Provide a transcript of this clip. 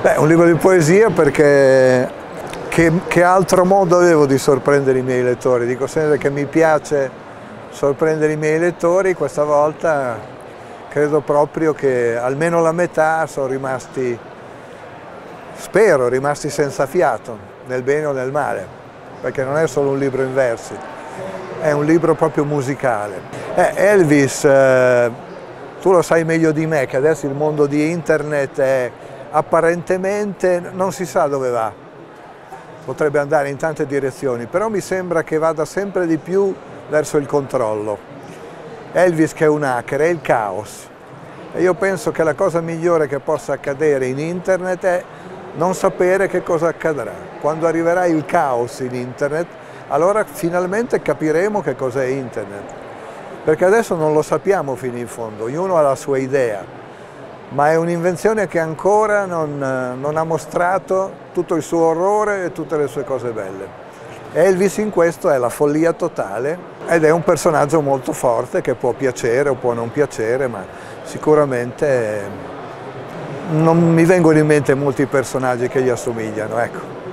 Beh, un libro di poesia perché che altro modo avevo di sorprendere i miei lettori? Dico sempre che mi piace sorprendere i miei lettori, questa volta credo proprio che almeno la metà sono rimasti, spero, rimasti senza fiato, nel bene o nel male, perché non è solo un libro in versi, è un libro proprio musicale. Elvis, tu lo sai meglio di me che adesso il mondo di internet è apparentemente non si sa dove va, potrebbe andare in tante direzioni, però mi sembra che vada sempre di più verso il controllo. Elvis, che è un hacker, è il caos, e io penso che la cosa migliore che possa accadere in internet è non sapere che cosa accadrà. Quando arriverà il caos in internet, allora finalmente capiremo che cos'è internet, perché adesso non lo sappiamo fino in fondo, ognuno ha la sua idea, ma è un'invenzione che ancora non ha mostrato tutto il suo orrore e tutte le sue cose belle. Elvis in questo è la follia totale ed è un personaggio molto forte che può piacere o può non piacere, ma sicuramente non mi vengono in mente molti personaggi che gli assomigliano, ecco.